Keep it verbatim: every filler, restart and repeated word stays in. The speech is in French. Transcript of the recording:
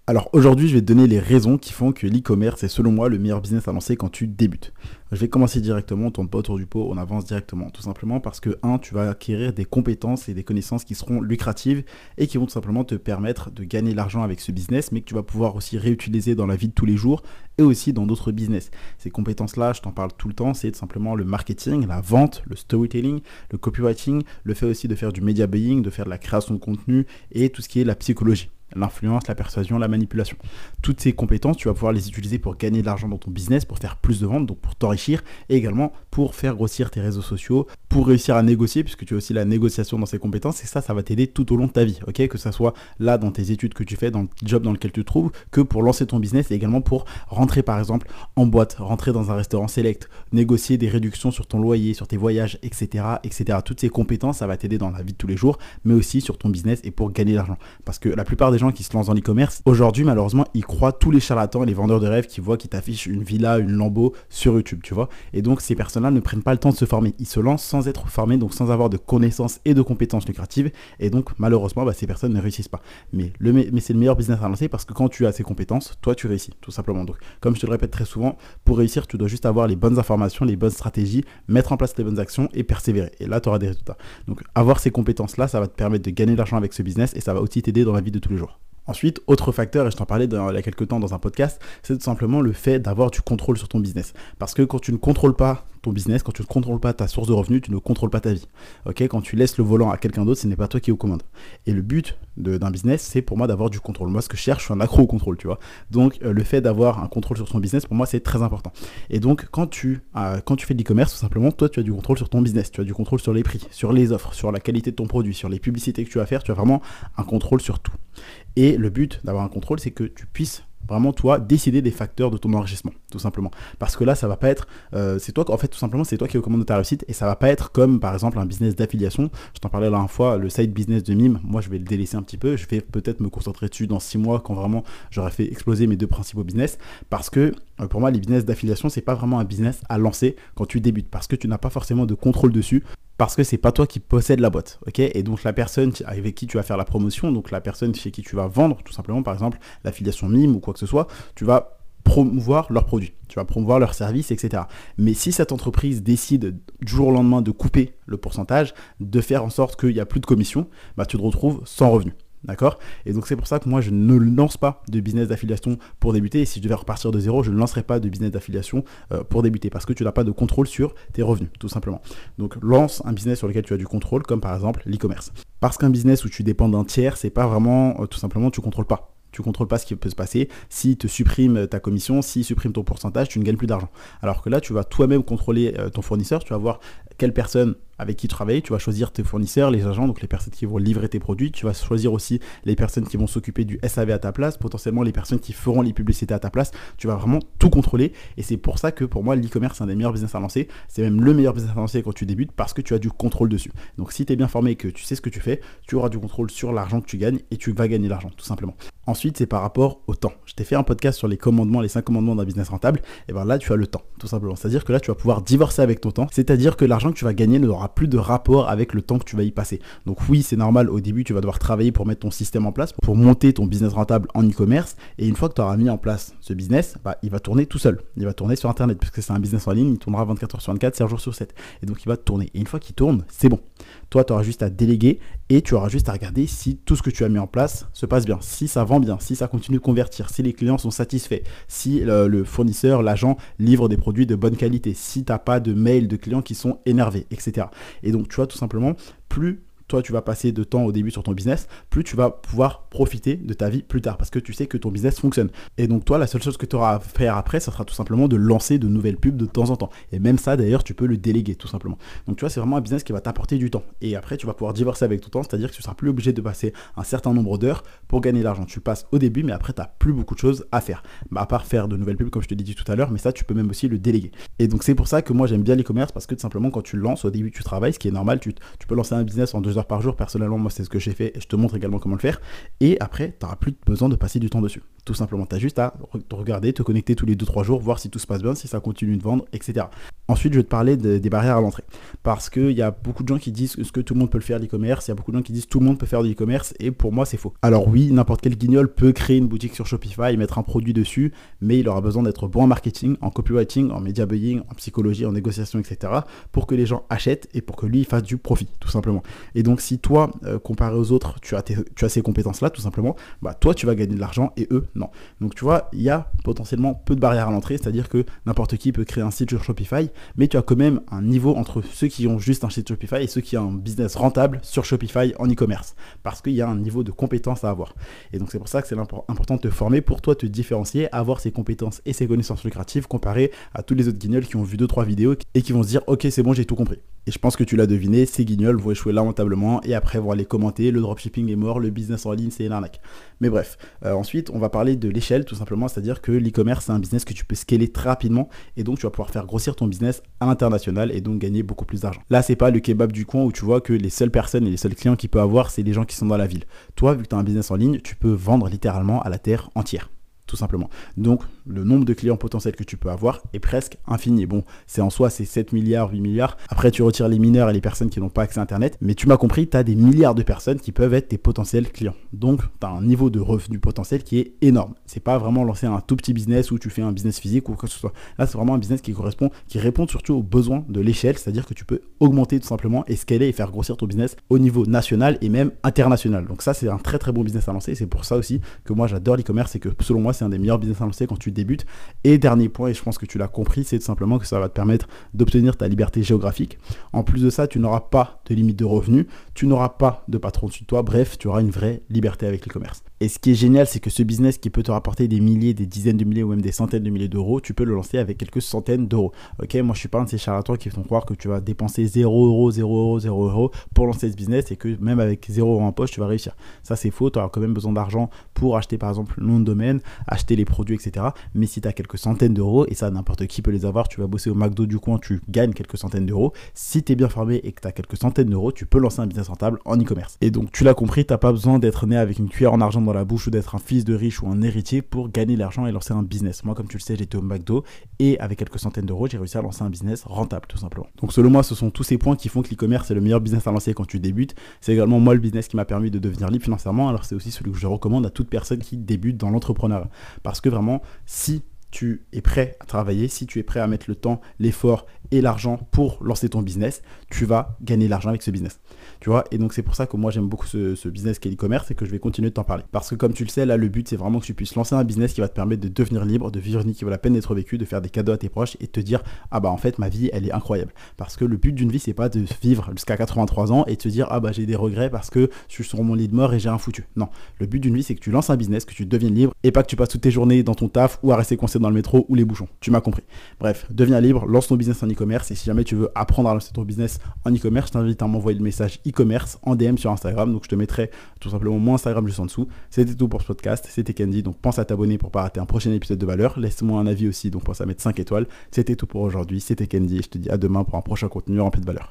Alors aujourd'hui, je vais te donner les raisons qui font que l'e-commerce est selon moi le meilleur business à lancer quand tu débutes. Je vais commencer directement, on tourne pas autour du pot, on avance directement. Tout simplement parce que, un, tu vas acquérir des compétences et des connaissances qui seront lucratives et qui vont tout simplement te permettre de gagner de l'argent avec ce business, mais que tu vas pouvoir aussi réutiliser dans la vie de tous les jours et aussi dans d'autres business. Ces compétences-là, je t'en parle tout le temps, c'est tout simplement le marketing, la vente, le storytelling, le copywriting, le fait aussi de faire du media buying, de faire de la création de contenu et tout ce qui est la psychologie. L'influence, la persuasion, la manipulation. Toutes ces compétences, tu vas pouvoir les utiliser pour gagner de l'argent dans ton business, pour faire plus de ventes, donc pour t'enrichir, et également pour faire grossir tes réseaux sociaux, pour réussir à négocier, puisque tu as aussi la négociation dans ces compétences, et ça, ça va t'aider tout au long de ta vie, ok? Que ça soit là dans tes études que tu fais, dans le job dans lequel tu te trouves, que pour lancer ton business, et également pour rentrer par exemple en boîte, rentrer dans un restaurant select, négocier des réductions sur ton loyer, sur tes voyages, et cetera, et cetera. Toutes ces compétences, ça va t'aider dans la vie de tous les jours, mais aussi sur ton business et pour gagner de l'argent. Parce que la plupart des gens qui se lancent dans l'e-commerce, aujourd'hui malheureusement ils croient tous les charlatans et les vendeurs de rêves qui voient qui t'affichent une villa, une Lambo sur YouTube, tu vois. Et donc ces personnes-là ne prennent pas le temps de se former, ils se lancent sans être formés, donc sans avoir de connaissances et de compétences lucratives, et donc malheureusement bah, ces personnes ne réussissent pas. Mais, le, mais c'est le meilleur business à lancer parce que quand tu as ces compétences, toi tu réussis, tout simplement. Donc comme je te le répète très souvent, pour réussir tu dois juste avoir les bonnes informations, les bonnes stratégies, mettre en place les bonnes actions et persévérer, et là tu auras des résultats. Donc avoir ces compétences-là, ça va te permettre de gagner de l'argent avec ce business et ça va aussi t'aider dans la vie de tous les jours. Ensuite, autre facteur, et je t'en parlais dans, il y a quelques temps dans un podcast, c'est tout simplement le fait d'avoir du contrôle sur ton business. Parce que quand tu ne contrôles pas ton business, quand tu ne contrôles pas ta source de revenus, tu ne contrôles pas ta vie. Okay, quand tu laisses le volant à quelqu'un d'autre, ce n'est pas toi qui es aux commandes. Et le but de, d'un business, c'est pour moi d'avoir du contrôle. Moi, ce que je cherche, je suis un accro au contrôle, tu vois. Donc, euh, le fait d'avoir un contrôle sur son business, pour moi, c'est très important. Et donc, quand tu, euh, quand tu fais de l'e-commerce, tout simplement, toi, tu as du contrôle sur ton business. Tu as du contrôle sur les prix, sur les offres, sur la qualité de ton produit, sur les publicités que tu vas faire. Tu as vraiment un contrôle sur tout. Et le but d'avoir un contrôle, c'est que tu puisses vraiment toi décider des facteurs de ton enrichissement, tout simplement. Parce que là, ça va pas être, euh, c'est toi, en fait, tout simplement, c'est toi qui es aux commandes de ta réussite, et ça va pas être comme, par exemple, un business d'affiliation. Je t'en parlais la dernière fois, le side business de Mime. Moi, je vais le délaisser un petit peu. Je vais peut-être me concentrer dessus dans six mois, quand vraiment j'aurai fait exploser mes deux principaux business. Parce que euh, pour moi, les business d'affiliation, c'est pas vraiment un business à lancer quand tu débutes, parce que tu n'as pas forcément de contrôle dessus. Parce que c'est pas toi qui possède la boîte, ok? Et donc la personne avec qui tu vas faire la promotion, donc la personne chez qui tu vas vendre, tout simplement, par exemple, l'affiliation Mime ou quoi que ce soit, tu vas promouvoir leurs produits, tu vas promouvoir leurs services, et cetera. Mais si cette entreprise décide du jour au lendemain de couper le pourcentage, de faire en sorte qu'il n'y a plus de commission, bah tu te retrouves sans revenu. D'accord? Et donc c'est pour ça que moi je ne lance pas de business d'affiliation pour débuter, et si je devais repartir de zéro, je ne lancerai pas de business d'affiliation euh, pour débuter, parce que tu n'as pas de contrôle sur tes revenus, tout simplement. Donc lance un business sur lequel tu as du contrôle, comme par exemple l'e-commerce. Parce qu'un business où tu dépends d'un tiers, c'est pas vraiment, euh, tout simplement, tu contrôles pas. Tu ne contrôles pas ce qui peut se passer. S'il te supprime ta commission, s'il supprime ton pourcentage, tu ne gagnes plus d'argent. Alors que là, tu vas toi-même contrôler euh, ton fournisseur, tu vas voir quelle personne avec qui travailler, tu vas choisir tes fournisseurs, les agents, donc les personnes qui vont livrer tes produits, tu vas choisir aussi les personnes qui vont s'occuper du S A V à ta place, potentiellement les personnes qui feront les publicités à ta place, tu vas vraiment tout contrôler, et c'est pour ça que pour moi l'e-commerce c'est un des meilleurs business à lancer, c'est même le meilleur business à lancer quand tu débutes, parce que tu as du contrôle dessus. Donc si tu es bien formé et que tu sais ce que tu fais, tu auras du contrôle sur l'argent que tu gagnes, et tu vas gagner de l'argent, tout simplement. Ensuite, c'est par rapport au temps. Je t'ai fait un podcast sur les commandements, les cinq commandements d'un business rentable, et bien là tu as le temps, tout simplement. C'est-à-dire que là tu vas pouvoir divorcer avec ton temps, c'est-à-dire que l'argent que tu vas gagner n'aura plus de rapport avec le temps que tu vas y passer. Donc oui, c'est normal, au début, tu vas devoir travailler pour mettre ton système en place, pour monter ton business rentable en e-commerce, et une fois que tu auras mis en place ce business, bah, il va tourner tout seul. Il va tourner sur Internet, puisque c'est un business en ligne, il tournera vingt-quatre heures sur vingt-quatre, sept jours sur sept. Et donc il va tourner. Et une fois qu'il tourne, c'est bon. Toi, tu auras juste à déléguer, et tu auras juste à regarder si tout ce que tu as mis en place se passe bien, si ça vend bien, si ça continue de convertir, si les clients sont satisfaits, si le, le fournisseur, l'agent livre des produits de bonne qualité, si tu n'as pas de mails de clients qui sont énervés, et cetera. Et donc, tu vois, tout simplement, plus toi tu vas passer de temps au début sur ton business, plus tu vas pouvoir profiter de ta vie plus tard, parce que tu sais que ton business fonctionne. Et donc toi, la seule chose que tu auras à faire après, ça sera tout simplement de lancer de nouvelles pubs de temps en temps. Et même ça, d'ailleurs, tu peux le déléguer tout simplement. Donc tu vois, c'est vraiment un business qui va t'apporter du temps. Et après, tu vas pouvoir divorcer avec ton temps, c'est-à-dire que tu ne seras plus obligé de passer un certain nombre d'heures pour gagner de l'argent. Tu passes au début, mais après, tu n'as plus beaucoup de choses à faire. Bah, à part faire de nouvelles pubs, comme je te l'ai dit tout à l'heure, mais ça, tu peux même aussi le déléguer. Et donc c'est pour ça que moi, j'aime bien l'e-commerce, parce que tout simplement, quand tu le lances, au début, tu travailles, ce qui est normal, tu, tu peux lancer un business en deux heures par jour. Personnellement, moi, c'est ce que j'ai fait, et je te montre également comment le faire. Et après, tu n'auras plus besoin de passer du temps dessus. Tout simplement, tu as juste à te regarder, te connecter tous les deux trois jours, voir si tout se passe bien, si ça continue de vendre, et cetera. Ensuite, je vais te parler de, des barrières à l'entrée. Parce qu'il y a beaucoup de gens qui disent que tout le monde peut le faire l'e-commerce, il y a beaucoup de gens qui disent que tout le monde peut faire de l'e-commerce, et pour moi, c'est faux. Alors oui, n'importe quel guignol peut créer une boutique sur Shopify, mettre un produit dessus, mais il aura besoin d'être bon en marketing, en copywriting, en media buying, en psychologie, en négociation, et cetera, pour que les gens achètent et pour que lui, il fasse du profit, tout simplement. Et donc, si toi, euh, comparé aux autres, tu as, tes, tu as ces compétences-là, tout simplement, bah toi, tu vas gagner de l'argent et eux, non. Donc, tu vois, il y a potentiellement peu de barrières à l'entrée, c'est-à-dire que n'importe qui peut créer un site sur Shopify, mais tu as quand même un niveau entre ceux qui ont juste un site Shopify et ceux qui ont un business rentable sur Shopify en e-commerce, parce qu'il y a un niveau de compétence à avoir. Et donc c'est pour ça que c'est important de te former pour toi te différencier, avoir ces compétences et ces connaissances lucratives comparé à tous les autres guignols qui ont vu deux trois vidéos et qui vont se dire ok c'est bon j'ai tout compris. Et je pense que tu l'as deviné, ces guignols vont échouer lamentablement et après vont aller commenter le dropshipping est mort, le business en ligne c'est une arnaque. Mais bref, euh, ensuite on va parler de l'échelle tout simplement, c'est-à-dire que l'e-commerce c'est un business que tu peux scaler très rapidement et donc tu vas pouvoir faire grossir ton business à l'international et donc gagner beaucoup plus d'argent. Là c'est pas le kebab du coin où tu vois que les seules personnes et les seuls clients qu'il peut avoir c'est les gens qui sont dans la ville. Toi vu que tu as un business en ligne, tu peux vendre littéralement à la terre entière. Tout simplement. Donc, le nombre de clients potentiels que tu peux avoir est presque infini. Bon, c'est en soi, c'est sept milliards, huit milliards. Après, tu retires les mineurs et les personnes qui n'ont pas accès à Internet. Mais tu m'as compris, tu as des milliards de personnes qui peuvent être tes potentiels clients. Donc, tu as un niveau de revenu potentiel qui est énorme. C'est pas vraiment lancer un tout petit business où tu fais un business physique ou quoi que ce soit. Là, c'est vraiment un business qui correspond, qui répond surtout aux besoins de l'échelle. C'est-à-dire que tu peux augmenter tout simplement et scaler et faire grossir ton business au niveau national et même international. Donc ça, c'est un très très bon business à lancer. C'est pour ça aussi que moi, j'adore l'e-commerce et que selon moi, c'est un des meilleurs business à lancer quand tu débutes. Et dernier point, et je pense que tu l'as compris, c'est tout simplement que ça va te permettre d'obtenir ta liberté géographique. En plus de ça, tu n'auras pas de limite de revenus, tu n'auras pas de patron dessus de toi, bref, tu auras une vraie liberté avec l'e-commerce. Et ce qui est génial, c'est que ce business qui peut te rapporter des milliers, des dizaines de milliers ou même des centaines de milliers d'euros, tu peux le lancer avec quelques centaines d'euros. Ok, moi je suis pas un de ces charlatans qui font croire que tu vas dépenser zéro euro, zéro euro, zéro euro pour lancer ce business et que même avec zéro euro en poche, tu vas réussir. Ça c'est faux, tu auras quand même besoin d'argent pour acheter par exemple le nom de domaine, acheter les produits, et cetera. Mais si tu as quelques centaines d'euros, et ça n'importe qui peut les avoir, tu vas bosser au McDo du coin, tu gagnes quelques centaines d'euros. Si tu es bien formé et que tu as quelques centaines d'euros, tu peux lancer un business rentable en e-commerce. Et donc tu l'as compris, tu n'as pas besoin d'être né avec une cuillère en argent dans la bouche ou d'être un fils de riche ou un héritier pour gagner de l'argent et lancer un business. Moi, comme tu le sais, j'étais au McDo et avec quelques centaines d'euros, j'ai réussi à lancer un business rentable tout simplement. Donc selon moi, ce sont tous ces points qui font que l'e-commerce est le meilleur business à lancer quand tu débutes. C'est également moi le business qui m'a permis de devenir libre financièrement. Alors c'est aussi celui que je recommande à toute personne qui débute dans l'entrepreneuriat. Parce que vraiment, si tu es prêt à travailler, si tu es prêt à mettre le temps, l'effort et l'argent pour lancer ton business, tu vas gagner de l'argent avec ce business. Tu vois, et donc c'est pour ça que moi j'aime beaucoup ce, ce business qu'est l'e-commerce et que je vais continuer de t'en parler. Parce que comme tu le sais, là le but c'est vraiment que tu puisses lancer un business qui va te permettre de devenir libre, de vivre une vie qui vaut la peine d'être vécue, de faire des cadeaux à tes proches et de te dire ah bah en fait ma vie elle est incroyable. Parce que le but d'une vie c'est pas de vivre jusqu'à quatre-vingt-trois ans et de te dire ah bah j'ai des regrets parce que je suis sur mon lit de mort et j'ai un foutu. Non, le but d'une vie c'est que tu lances un business, que tu deviennes libre et pas que tu passes toutes tes journées dans ton taf ou à rester coincé dans le métro ou les bouchons. Tu m'as compris. Bref, deviens libre, lance ton business en e-commerce et si jamais tu veux apprendre à lancer ton business en e-commerce, je t'invite à m'envoyer le message e-commerce en D M sur Instagram. Donc je te mettrai tout simplement mon Instagram juste en dessous. C'était tout pour ce podcast. C'était Candy. Donc pense à t'abonner pour pas rater un prochain épisode de valeur. Laisse-moi un avis aussi. Donc pense à mettre cinq étoiles. C'était tout pour aujourd'hui. C'était Candy et je te dis à demain pour un prochain contenu rempli de valeur.